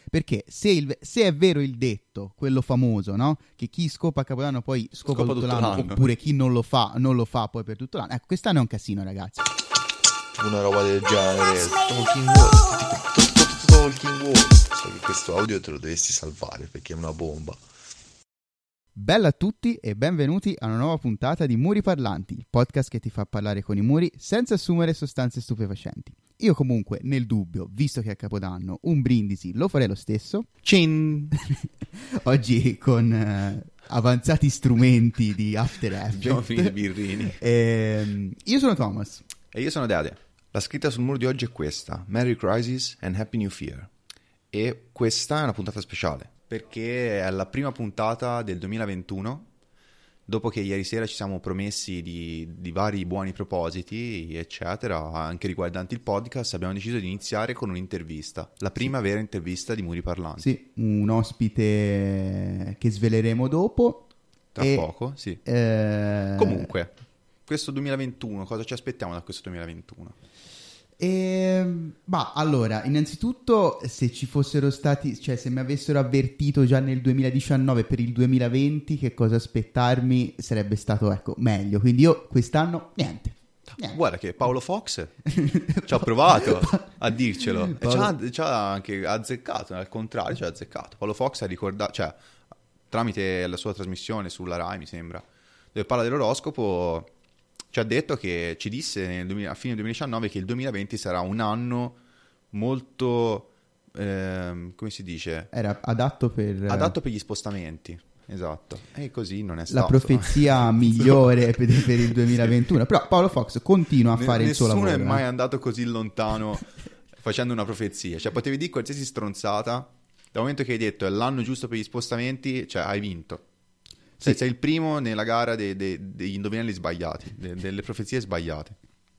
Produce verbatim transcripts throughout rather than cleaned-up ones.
perché se, il, se è vero il detto, quello famoso, no? Che chi scopa a Capodanno poi scopa, scopa tutto, tutto l'anno, l'anno, oppure chi non lo fa non lo fa poi per tutto l'anno. Ecco, quest'anno è un casino, ragazzi. Una roba del genere. Talking World. Talking World. So che questo audio te lo dovresti salvare perché è una bomba. Bella a tutti e benvenuti a una nuova puntata di Muri Parlanti, il podcast che ti fa parlare con i muri senza assumere sostanze stupefacenti. Io comunque, nel dubbio, visto che è Capodanno, un brindisi lo farei lo stesso. Cin! Oggi con eh, avanzati strumenti di After Effects. Abbiamo finito i birrini. E, io sono Thomas. E io sono Dade. La scritta sul muro di oggi è questa: Merry Crisis and Happy New Year. E questa è una puntata speciale, perché è la prima puntata del duemilaventuno, dopo che ieri sera ci siamo promessi di, di vari buoni propositi, eccetera, anche riguardanti il podcast. Abbiamo deciso di iniziare con un'intervista, la prima sì. vera intervista di Muri Parlanti. Sì, un ospite che sveleremo dopo. Tra e, poco, sì. Eh... Comunque, questo duemilaventuno, cosa ci aspettiamo da questo duemilaventuno? E, bah, allora, innanzitutto, se ci fossero stati, cioè se mi avessero avvertito già nel duemiladiciannove per il duemilaventi che cosa aspettarmi, sarebbe stato, ecco, meglio. Quindi io quest'anno, niente. niente. Guarda che Paolo Fox ci ha provato a dircelo. Paolo... E ci ha anche azzeccato, al contrario, ci ha azzeccato. Paolo Fox ha ricordato, cioè, tramite la sua trasmissione sulla Rai, mi sembra, dove parla dell'oroscopo, ci ha detto che ci disse nel duemila, a fine duemiladiciannove che il duemilaventi sarà un anno molto, ehm, come si dice? Era adatto per... Adatto per gli spostamenti, esatto. E così non è stato. La profezia migliore per, per il duemilaventuno. Però Paolo Fox continua a N- fare il suo lavoro. Nessuno è mai eh. andato così lontano facendo una profezia. Cioè potevi dire qualsiasi stronzata, dal momento che hai detto è l'anno giusto per gli spostamenti, cioè hai vinto. Sei, sì. sei il primo nella gara de, de, degli indovinelli sbagliati, de, delle profezie sbagliate.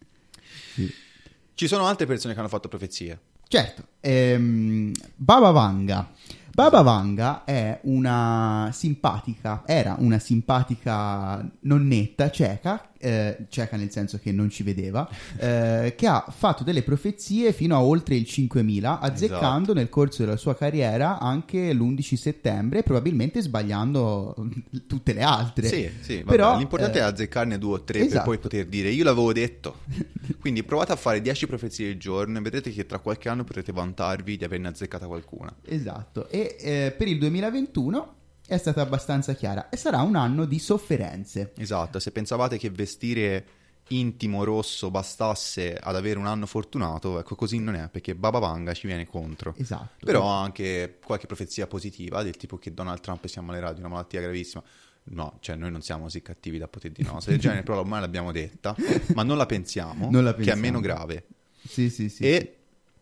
Sì. Ci sono altre persone che hanno fatto profezie. Certo. Ehm, Baba Vanga. Baba Vanga è una simpatica, era una simpatica nonnetta cieca, eh, cieca nel senso che non ci vedeva, eh, che ha fatto delle profezie fino a oltre il cinquemila, azzeccando esatto. nel corso della sua carriera anche l'undici settembre, probabilmente sbagliando tutte le altre. Sì, sì, vabbè, però l'importante eh, è azzeccarne due o tre esatto. per poi poter dire io l'avevo detto. Quindi provate a fare dieci profezie al giorno e vedrete che tra qualche anno potrete vantarvi di averne azzeccata qualcuna. Esatto. E eh, per il duemilaventuno è stata abbastanza chiara e sarà un anno di sofferenze. Esatto, se pensavate che vestire intimo rosso bastasse ad avere un anno fortunato, ecco, così non è, perché Baba Vanga ci viene contro. Esatto. Però ha anche qualche profezia positiva, del tipo che Donald Trump si ammalerà di una malattia gravissima. No, cioè noi non siamo così cattivi da poter dire no, se del genere però ormai l'abbiamo detta, ma non la pensiamo, non la che pensiamo. è meno grave. Sì, sì, sì. E...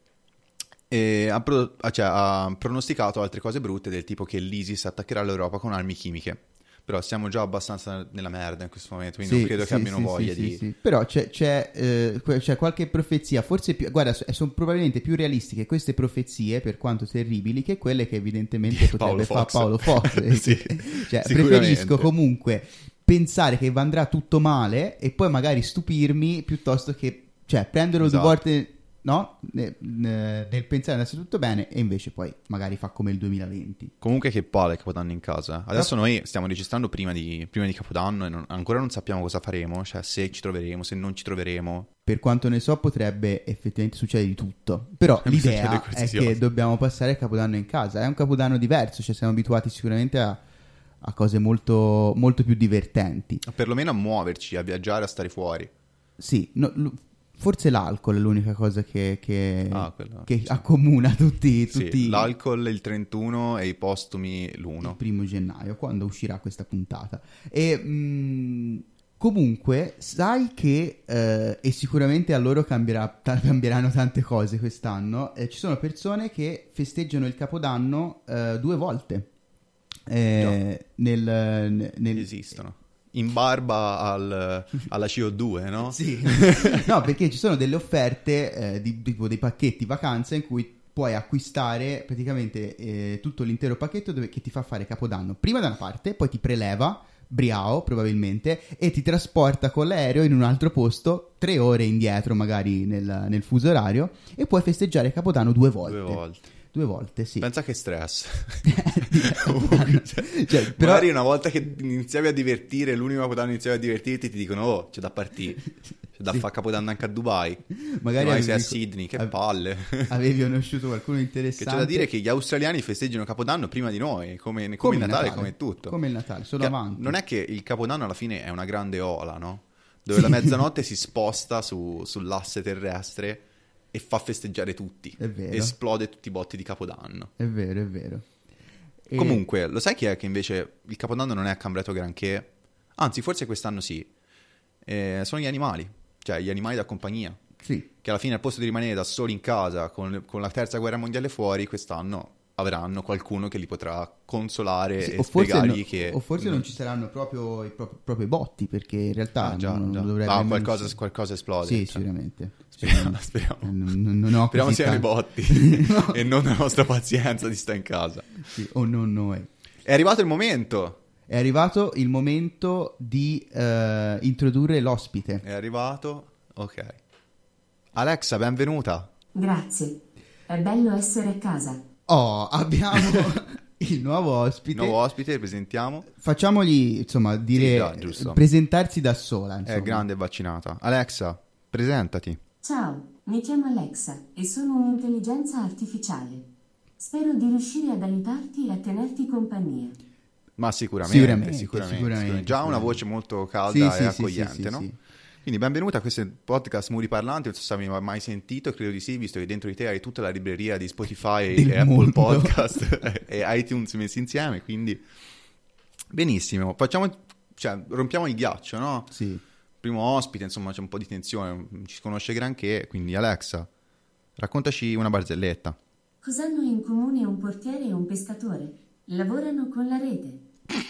E ha, pro- cioè, ha pronosticato altre cose brutte del tipo che l'ISIS attaccherà l'Europa con armi chimiche. Però siamo già abbastanza nella merda in questo momento, quindi sì, non credo sì, che abbiano sì, voglia sì, di... sì, sì. Però c'è, c'è, eh, c'è qualche profezia, forse più... Guarda, sono probabilmente più realistiche queste profezie, per quanto terribili, che quelle che evidentemente potrebbe fare Paolo Fox. Sì, cioè, preferisco comunque pensare che andrà tutto male e poi magari stupirmi piuttosto che... Cioè, prenderlo esatto. due volte... No? Nel, nel pensare andasse tutto bene e invece poi magari fa come il duemilaventi. Comunque che palle Capodanno in casa. Adesso no. Noi stiamo registrando prima di, prima di Capodanno e non, ancora non sappiamo cosa faremo, cioè se ci troveremo, se non ci troveremo. Per quanto ne so potrebbe effettivamente succedere di tutto. Però l'idea è che dobbiamo passare il Capodanno in casa. È un Capodanno diverso, cioè siamo abituati sicuramente a, a cose molto, molto più divertenti. Perlomeno a muoverci, a viaggiare, a stare fuori. Sì, no, l- forse l'alcol è l'unica cosa che, che, ah, quello, che sì. accomuna tutti, tutti... Sì, l'alcol il trentuno e i postumi l'uno. Il primo gennaio, quando uscirà questa puntata. E mh, comunque sai che, eh, e sicuramente a loro cambierà, t- cambieranno tante cose quest'anno, eh, ci sono persone che festeggiano il Capodanno eh, due volte. Eh, nel, nel... Esistono. In barba al, alla C O due, no? Sì. No, perché ci sono delle offerte eh, di, tipo dei pacchetti vacanza in cui puoi acquistare praticamente eh, tutto l'intero pacchetto dove, che ti fa fare Capodanno prima da una parte, poi ti preleva Briao probabilmente e ti trasporta con l'aereo in un altro posto tre ore indietro magari nel, nel fuso orario e puoi festeggiare Capodanno due volte. Due volte. Due volte, sì. Pensa che stress. cioè, cioè, però... Magari una volta che iniziavi a divertire, l'unico Capodanno iniziavi a divertirti, ti dicono oh, c'è da partire, c'è da Sì. fare Capodanno anche a Dubai. Magari Ormai sei a avevi- Sydney, che ave- palle. Avevi conosciuto qualcuno Che interessante. c'è da dire che gli australiani festeggiano Capodanno prima di noi, come, come il Natale, come tutto. Come il Natale, sono Che- avanti. Non è che il Capodanno alla fine è una grande ola, no? Dove la mezzanotte si sposta su- sull'asse terrestre e fa festeggiare tutti. È vero. Esplode tutti i botti di Capodanno. È vero, è vero. E- Comunque, lo sai chi è che invece il Capodanno non è cambiato granché? Anzi, forse quest'anno sì. Eh, sono gli animali, cioè gli animali da compagnia. Sì, Che alla fine al posto di rimanere da soli in casa con, con la terza guerra mondiale fuori, quest'anno avranno qualcuno che li potrà consolare sì, e o forse, spiegargli no- che... o forse non ci saranno proprio i, proprio, proprio i botti, perché in realtà Ah, già, non, già. non dovrebbe Ah, nemmeno qualcosa, uscire. qualcosa esplode. Sì, cioè. sicuramente. Speriamo, speriamo. Eh, Non, non ho Speriamo così siano i tanto- botti No. e non la nostra pazienza di stare in casa. Sì, o non noi. È arrivato il momento. È arrivato il momento di eh, introdurre l'ospite. È arrivato. Ok. Alexa, benvenuta. Grazie. È bello essere a casa. Oh, abbiamo il nuovo ospite. Nuovo ospite, presentiamo. Facciamogli, insomma, dire Sì, già, giusto. presentarsi da sola. È Insomma. grande e vaccinata. Alexa, presentati. Ciao, mi chiamo Alexa e sono un'intelligenza artificiale. Spero di riuscire ad aiutarti e a tenerti compagnia. Ma sicuramente, Sicuramente, sicuramente, sicuramente, sicuramente. Già una sicuramente. voce molto calda Sì, e sì, sì, accogliente, sì, sì, no? sì. Quindi benvenuta a questo podcast Muri Parlanti, non so se avevi mai sentito, credo di sì, visto che dentro di te hai tutta la libreria di Spotify Del e Apple mondo. Podcast e iTunes messi insieme, quindi benissimo. Facciamo, cioè, rompiamo il ghiaccio, no? Sì. Primo ospite, insomma, c'è un po' di tensione, non ci si conosce granché, quindi Alexa, raccontaci una barzelletta. Cosa hanno in comune un portiere e un pescatore? Lavorano con la rete.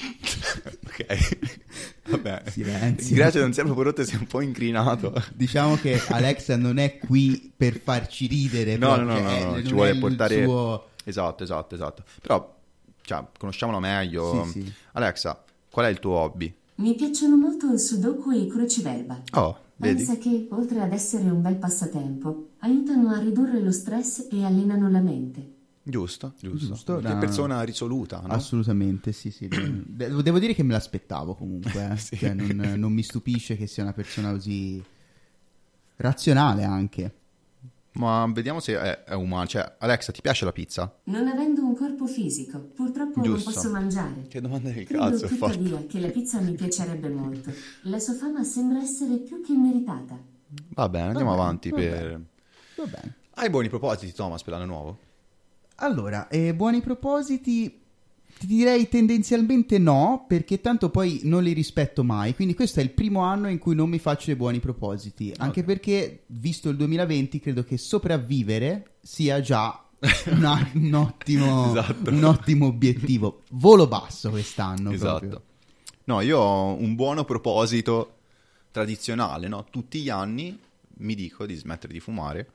Ok, vabbè. Silenzio. Grazie, non sempre prodotto, sei un po' incrinato. Diciamo che Alexa non è qui per farci ridere. No, no, proprio, no, cioè, no, no, non ci è vuole il portare... suo- Esatto, esatto, esatto. Però, cioè, conosciamolo meglio. Sì, sì. Alexa, qual è il tuo hobby? Mi piacciono molto il sudoku e i cruciverba. Oh, vedi? Pensa che, oltre ad essere un bel passatempo, aiutano a ridurre lo stress e allenano la mente. Giusto, giusto. Giusto, Che no, no. persona risoluta, no? Assolutamente, sì, sì. De- Devo dire che me l'aspettavo comunque. eh. Sì. Cioè, non, non mi stupisce che sia una persona così razionale anche. Ma vediamo se è, è umano. Cioè, Alexa, ti piace la pizza? Non avendo un corpo fisico, purtroppo Giusto. non posso mangiare. Che domanda del Credo cazzo è fatta? tuttavia che la pizza mi piacerebbe molto. La sua fama sembra essere più che meritata. Va bene, andiamo Va bene, avanti va per... bene. Va bene. Hai buoni propositi, Thomas, per l'anno nuovo? Allora, eh, buoni propositi, ti direi tendenzialmente no, perché tanto poi non li rispetto mai, quindi questo è il primo anno in cui non mi faccio dei buoni propositi, anche Ok. perché, visto il duemilaventi, credo che sopravvivere sia già una- un, ottimo, Esatto. un ottimo obiettivo. Volo basso quest'anno Esatto. proprio. No, io ho un buono proposito tradizionale, no? Tutti gli anni mi dico di smettere di fumare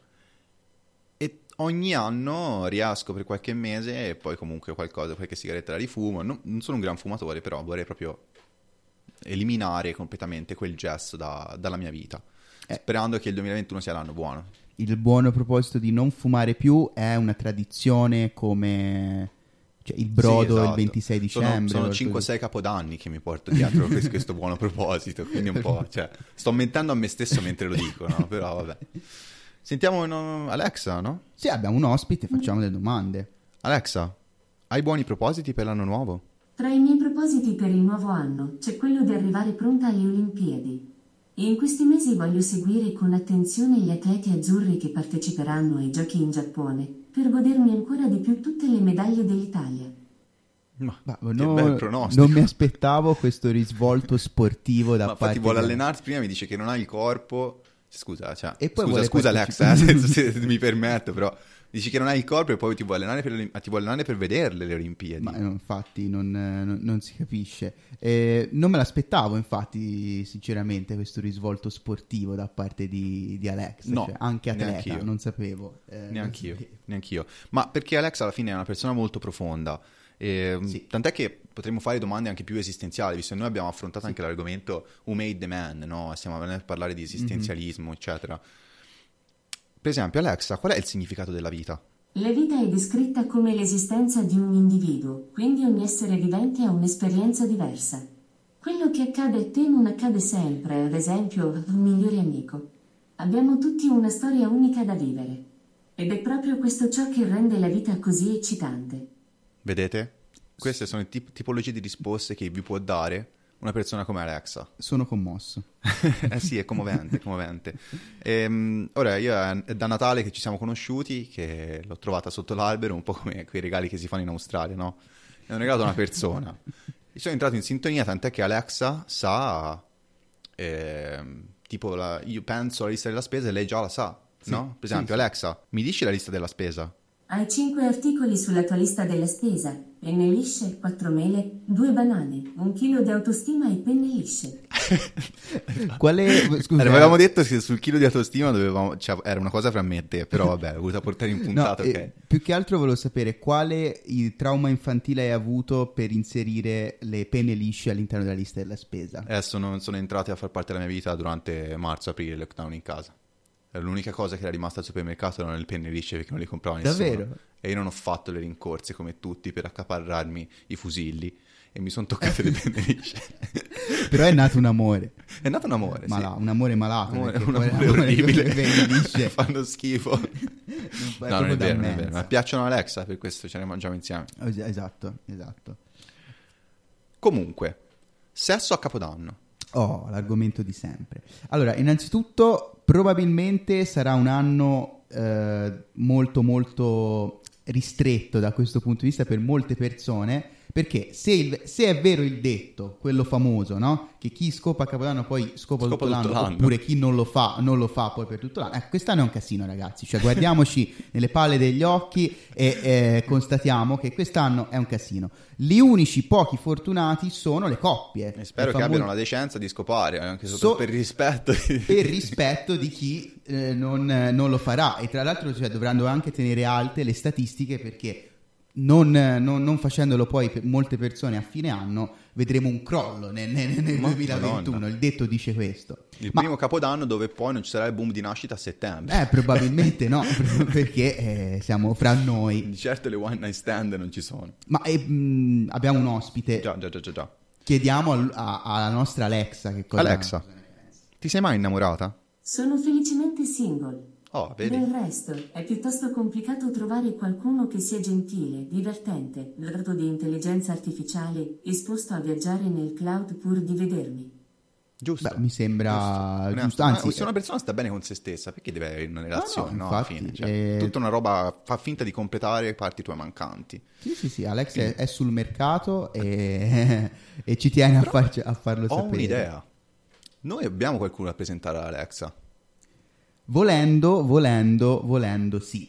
e ogni anno riesco per qualche mese e poi comunque qualcosa, qualche sigaretta la rifumo. Non, non sono un gran fumatore, però vorrei proprio eliminare completamente quel gesto da- dalla mia vita, Eh. sperando che il duemilaventuno sia l'anno buono. Il buono proposito di non fumare più è una tradizione come cioè, il brodo Sì, esatto. il ventisei Sono- dicembre. Sono, o cinque così. sei capodanni che mi porto dietro questo, questo buono proposito, quindi un po', cioè, sto mentendo a me stesso mentre lo dico, no? Però vabbè. Sentiamo no, Alexa, no? Sì, abbiamo un ospite, facciamo delle domande. Alexa, hai buoni propositi per l'anno nuovo? Tra i miei propositi per il nuovo anno c'è quello di arrivare pronta alle Olimpiadi. In questi mesi voglio seguire con attenzione gli atleti azzurri che parteciperanno ai giochi in Giappone, per godermi ancora di più tutte le medaglie dell'Italia. Ma, Ma che no, bel pronostico. non mi aspettavo questo risvolto sportivo da Ma parte infatti vuole di- allenarsi, prima mi dice che non ha il corpo. Scusa, cioè, E poi scusa, vuole scusa partecipare. Alexa, eh, se, se mi permetto, però dici che non hai il corpo e poi ti vuoi allenare per, le, ti vuoi allenare per vederle le Olimpiadi. Ma no, infatti non, eh, non- non si capisce. Eh, non me l'aspettavo, infatti, sinceramente, questo risvolto sportivo da parte di, di Alex. No, cioè, anche atleta, neanch'io. non sapevo. eh, Neanch'io, non sapevo. neanch'io. Ma perché Alexa alla fine è una persona molto profonda. E, Sì. Tant'è che potremmo fare domande anche più esistenziali, visto che noi abbiamo affrontato anche l'argomento Who Made the Man, no? Stiamo venendo a parlare di esistenzialismo, eccetera. Per esempio, Alexa, qual è il significato della vita? La vita è descritta come l'esistenza di un individuo, quindi ogni essere vivente ha un'esperienza diversa. Quello che accade a te non accade sempre, ad esempio, un migliore amico. Abbiamo tutti una storia unica da vivere. Ed è proprio questo ciò che rende la vita così eccitante. Vedete? Queste sono le tip- tipologie di risposte che vi può dare una persona come Alexa. Sono commosso. Eh sì, è commovente, commovente. Ehm, ora, io è da Natale che ci siamo conosciuti, che l'ho trovata sotto l'albero, un po' come quei regali che si fanno in Australia, no? È un regalo da una persona. Io sono entrato in sintonia, tant'è che Alexa sa, ehm, tipo, la, io penso alla lista della spesa e lei già la sa, Sì, no? Per esempio, sì, sì. Alexa, mi dici la lista della spesa? Hai cinque articoli sulla tua lista della spesa. Penne lisce, quattro mele, due banane, un chilo di autostima e penne lisce. Qual è... Scusa, Eh, avevamo detto che sul chilo di autostima dovevamo, cioè, era una cosa fra me e te, però vabbè, l'ho voluta portare in no, puntata, eh, ok. più che altro volevo sapere quale il trauma infantile hai avuto per inserire le penne lisce all'interno della lista della spesa. Adesso non sono entrati a far parte della mia vita durante marzo-aprile, il lockdown in casa. L'unica cosa che era rimasta al supermercato erano le penne lisce perché non le comprava nessuno. Davvero? E io non ho fatto le rincorse come tutti per accaparrarmi i fusilli e mi sono toccate le penne lisce. Però è nato un amore. È nato un amore, Mala- sì. un amore malato. Un amore, perché un poi amore l'amore orribile. con le penne lisce Fanno schifo. non fa- No, non proprio è da vero, non è mensa. vero. Ma piacciono a Alexa, per questo ce ne mangiamo insieme. Es- Esatto, esatto. Comunque, sesso a Capodanno. Oh, l'argomento di sempre. Allora, innanzitutto, probabilmente sarà un anno eh, molto molto ristretto da questo punto di vista per molte persone, perché se, il- se è vero il detto, quello famoso, no? Che chi scopa a Capodanno poi scopa, Scopa tutto, tutto l'anno, l'anno. oppure chi non lo fa, non lo fa poi per tutto l'anno. Ecco, quest'anno è un casino, ragazzi. Cioè, guardiamoci nelle palle degli occhi e eh, constatiamo che quest'anno è un casino. Gli unici pochi fortunati sono le coppie. E spero Le che famo- abbiano la decenza di scopare, anche sotto So- per rispetto. di- per rispetto di chi eh, non, eh, non lo farà, e tra l'altro cioè, dovranno anche tenere alte le statistiche, perché non, eh, non- non facendolo poi per molte persone a fine anno vedremo un crollo nel, nel- nel Ma- duemilaventuno. Madonna. Il detto dice questo. Il Ma primo Capodanno dove poi non ci sarà il boom di nascita a settembre. eh, probabilmente no, perché eh, siamo fra noi. Di certo le one night stand non ci sono. Ma eh, mh, abbiamo un ospite. Già, già, già, già, già. Chiediamo al- a- alla nostra Alexa che cosa Alexa, cosa ne pensa. ti sei mai innamorata? Sono felicemente single. Oh, vedi? Del resto, è piuttosto complicato trovare qualcuno che sia gentile, divertente, dotato di intelligenza artificiale, disposto a viaggiare nel cloud pur di vedermi. Giusto. Beh, mi sembra Giusto. giusto, Ma anzi se una persona sta bene con se stessa, perché deve avere una relazione, no, no? Alla infatti, fine, cioè, eh, tutta una roba, fa finta di completare parti tue mancanti. Sì, sì, sì, Alex è, è sul mercato e, e ci tiene a, farci- a farlo Ho sapere. un'idea. Noi abbiamo qualcuno da presentare ad Alexa. Volendo, volendo, volendo, sì.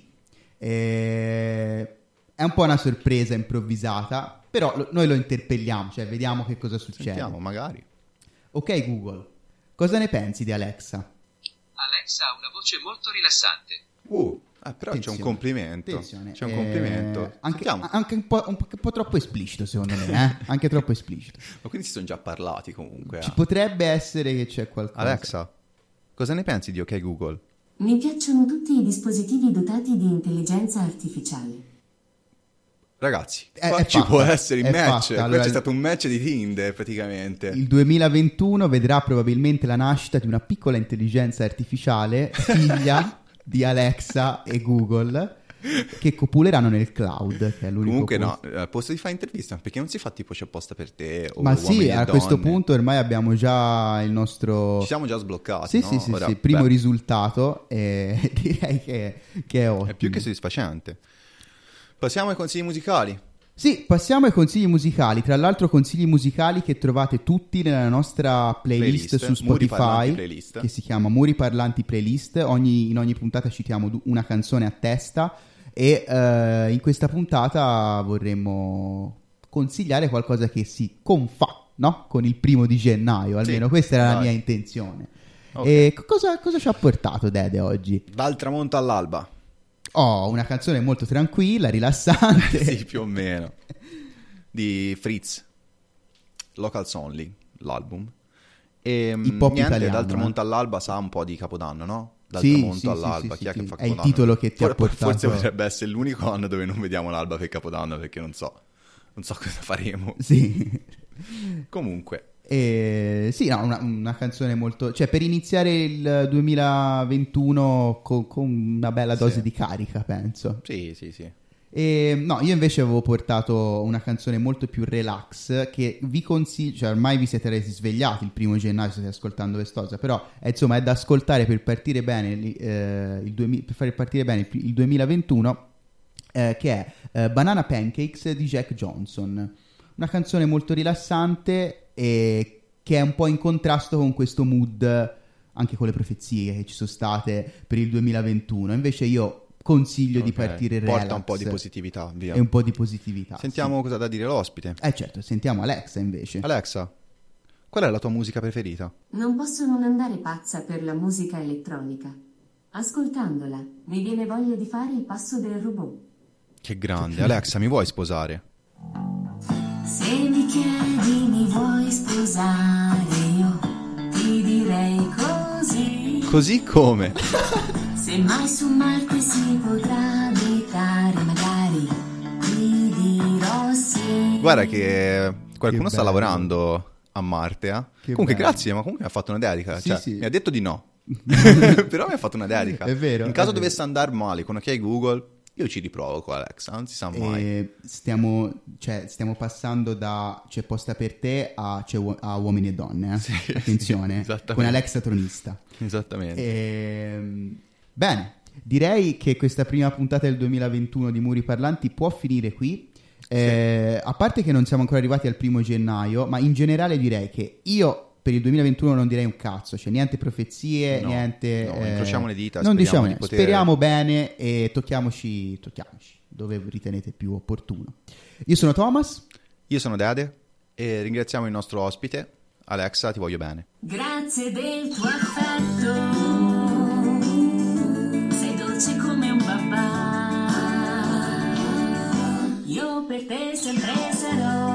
Eh, è un po' una sorpresa improvvisata, però lo- noi lo interpelliamo, cioè vediamo che cosa succede. Sentiamo, magari. Ok Google, cosa ne pensi di Alexa? Alexa ha una voce molto rilassante. Uh, eh, però c'è Attenzione, un complimento. attenzione, C'è un eh, complimento. anche, Sentiamo. anche un, po', un po' troppo esplicito secondo me, eh? Anche troppo esplicito. Ma quindi si sono già parlati comunque. Ci eh. potrebbe essere che c'è qualcosa. Alexa, cosa ne pensi di Ok Google? Mi piacciono tutti i dispositivi dotati di intelligenza artificiale. Ragazzi, È- qua è ci fatta, può essere il è match. fatta. Qua Allora- c'è stato un match di Tinder praticamente. Il duemilaventuno vedrà probabilmente la nascita di una piccola intelligenza artificiale, figlia di Alexa e Google, che copuleranno nel cloud, che è l'unico Comunque no, posto. al posto di fare intervista, perché non si fa tipo c'è apposta per te o Ma uomini sì, e a questo donne? punto ormai abbiamo già il nostro... Ci siamo già sbloccati, Sì, no? sì, sì, Ora, sì, primo beh, risultato e direi che, che è ottimo. è più che soddisfacente. Passiamo ai consigli musicali. Sì, passiamo ai consigli musicali. Tra l'altro consigli musicali che trovate tutti nella nostra playlist, Playlist, su Muri Spotify, Parlanti Playlist. che si chiama Muri Parlanti Playlist. Ogni- in ogni puntata citiamo du- una canzone a testa e eh, in questa puntata vorremmo consigliare qualcosa che si confà, no? Con il primo di gennaio, almeno Sì, questa era la dai. mia intenzione. Ok. E co- cosa, cosa ci ha portato Dede oggi? Dal tramonto all'alba. Oh, una canzone molto tranquilla, rilassante. Sì, più o meno. Di Fritz. Locals Only, l'album. E Hip hop niente, italiano, dal eh. tramonto all'alba sa un po' di Capodanno, no? dal Sì, tramonto sì, all'alba. sì, Chi è sì, che sì. fa È il Capodanno? titolo che ti ha For- portato- Forse potrebbe essere l'unico anno dove non vediamo l'alba per Capodanno, perché non so, non so cosa faremo. Sì. Comunque, E, sì, no, una, una canzone molto... Cioè, per iniziare il duemilaventuno con, con una bella dose Sì. di carica, penso. sì, sì, sì. E, no, io invece avevo portato una canzone molto più relax che vi consiglio, cioè ormai vi siete resi svegliati il primo gennaio, state ascoltando Vestosa, però è, insomma è da ascoltare per partire bene eh, il duemila, per fare partire bene il, il duemilaventuno, eh, che è eh, Banana Pancakes di Jack Johnson. Una canzone molto rilassante e che è un po' in contrasto con questo mood, anche con le profezie che ci sono state per il duemilaventuno. Invece io consiglio di Ok. partire relax. Porta un po' di positività, via. E un po' di positività. Sentiamo cosa ha da dire l'ospite. Sì. Eh certo, sentiamo Alexa invece. Alexa, qual è la tua musica preferita? Non posso non andare pazza per la musica elettronica. Ascoltandola, mi viene voglia di fare il passo del robot. Che grande. Alexa, mi vuoi sposare? Se mi chiedi mi vuoi sposare, io ti direi così. Così come? Se mai su Marte si potrà abitare, magari ti dirò sì. Guarda che qualcuno Che sta bello. lavorando a Marte. eh. Che Comunque bello. grazie, ma comunque mi ha fatto una dedica. Sì, Cioè, sì. mi ha detto di no. Però mi ha fatto una dedica. È vero, In caso è vero. dovesse andare male con OK Google, io ci riprovo con Alexa, non si sa mai. E stiamo, cioè, stiamo passando da c'è posta per te a, c'è uo- a uomini e donne. eh. Sì, Attenzione, sì, esattamente. con Alexa tronista. Esattamente. Ehm, bene, direi che questa prima puntata del duemilaventuno di Muri Parlanti può finire qui. Eh, a parte che non siamo ancora arrivati al primo gennaio, ma in generale direi che io per il duemilaventuno non direi un cazzo, cioè niente profezie, No, niente... no, incrociamo le dita, non speriamo diciamo di niente, poter- speriamo bene e tocchiamoci, tocchiamoci dove ritenete più opportuno. Io sono Thomas. Io sono Dede e ringraziamo il nostro ospite. Alexa, ti voglio bene. Grazie del tuo affetto, sei dolce come un babà, io per te sempre sarò.